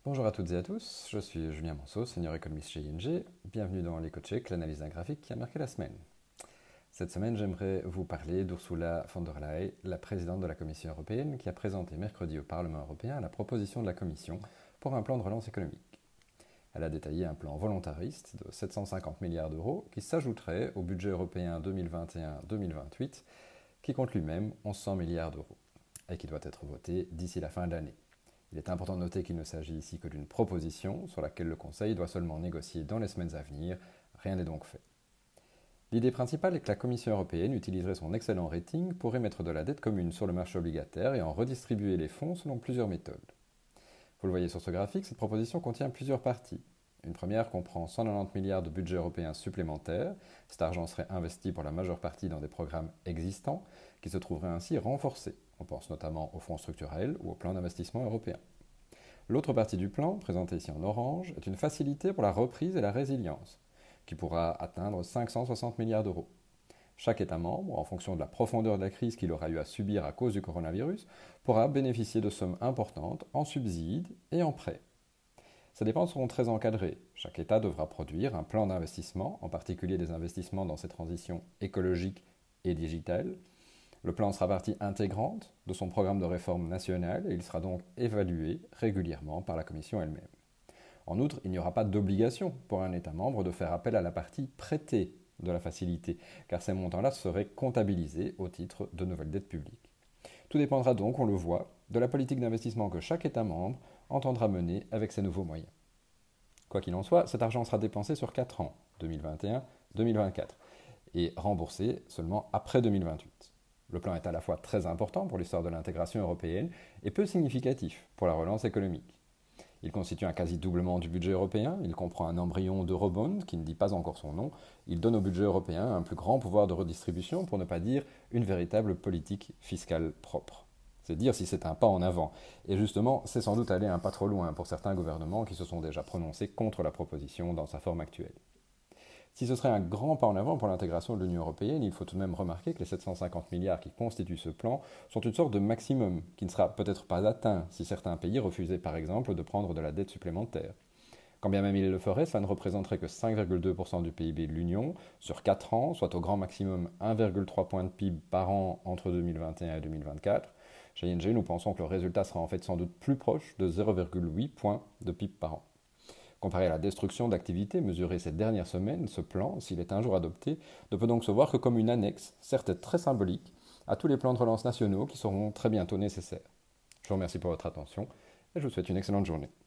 Bonjour à toutes et à tous, je suis Julien Manceau, senior économiste chez ING. Bienvenue dans l'éco-check, l'analyse d'un graphique qui a marqué la semaine. Cette semaine, j'aimerais vous parler d'Ursula von der Leyen, la présidente de la Commission européenne, qui a présenté mercredi au Parlement européen la proposition de la Commission pour un plan de relance économique. Elle a détaillé un plan volontariste de 750 milliards d'euros qui s'ajouterait au budget européen 2021-2028, qui compte lui-même 1100 milliards d'euros, et qui doit être voté d'ici la fin de l'année. Il est important de noter qu'il ne s'agit ici que d'une proposition sur laquelle le Conseil doit seulement négocier dans les semaines à venir, rien n'est donc fait. L'idée principale est que la Commission européenne utiliserait son excellent rating pour émettre de la dette commune sur le marché obligataire et en redistribuer les fonds selon plusieurs méthodes. Vous le voyez sur ce graphique, cette proposition contient plusieurs parties. Une première comprend 190 milliards de budget européen supplémentaire. Cet argent serait investi pour la majeure partie dans des programmes existants qui se trouveraient ainsi renforcés. On pense notamment aux fonds structurels ou au plan d'investissement européen. L'autre partie du plan, présentée ici en orange, est une facilité pour la reprise et la résilience, qui pourra atteindre 560 milliards d'euros. Chaque État membre, en fonction de la profondeur de la crise qu'il aura eu à subir à cause du coronavirus, pourra bénéficier de sommes importantes en subsides et en prêts. Ces dépenses seront très encadrées. Chaque État devra produire un plan d'investissement, en particulier des investissements dans ses transitions écologiques et digitales. Le plan sera partie intégrante de son programme de réforme national et il sera donc évalué régulièrement par la Commission elle-même. En outre, il n'y aura pas d'obligation pour un État membre de faire appel à la partie prêtée de la facilité, car ces montants-là seraient comptabilisés au titre de nouvelles dettes publiques. Tout dépendra donc, on le voit, de la politique d'investissement que chaque État membre entendra mener avec ces nouveaux moyens. Quoi qu'il en soit, cet argent sera dépensé sur 4 ans, 2021-2024, et remboursé seulement après 2028. Le plan est à la fois très important pour l'histoire de l'intégration européenne et peu significatif pour la relance économique. Il constitue un quasi-doublement du budget européen, il comprend un embryon d'eurobond qui ne dit pas encore son nom, il donne au budget européen un plus grand pouvoir de redistribution, pour ne pas dire une véritable politique fiscale propre. C'est dire si c'est un pas en avant. Et justement, c'est sans doute aller un pas trop loin pour certains gouvernements qui se sont déjà prononcés contre la proposition dans sa forme actuelle. Si ce serait un grand pas en avant pour l'intégration de l'Union européenne, il faut tout de même remarquer que les 750 milliards qui constituent ce plan sont une sorte de maximum, qui ne sera peut-être pas atteint si certains pays refusaient par exemple de prendre de la dette supplémentaire. Quand bien même ils le feraient, cela ne représenterait que 5,2% du PIB de l'Union sur 4 ans, soit au grand maximum 1,3 point de PIB par an entre 2021 et 2024. Chez ING, nous pensons que le résultat sera en fait sans doute plus proche de 0,8 points de PIB par an. Comparé à la destruction d'activités mesurée ces dernières semaines, ce plan, s'il est un jour adopté, ne peut donc se voir que comme une annexe, certes très symbolique, à tous les plans de relance nationaux qui seront très bientôt nécessaires. Je vous remercie pour votre attention et je vous souhaite une excellente journée.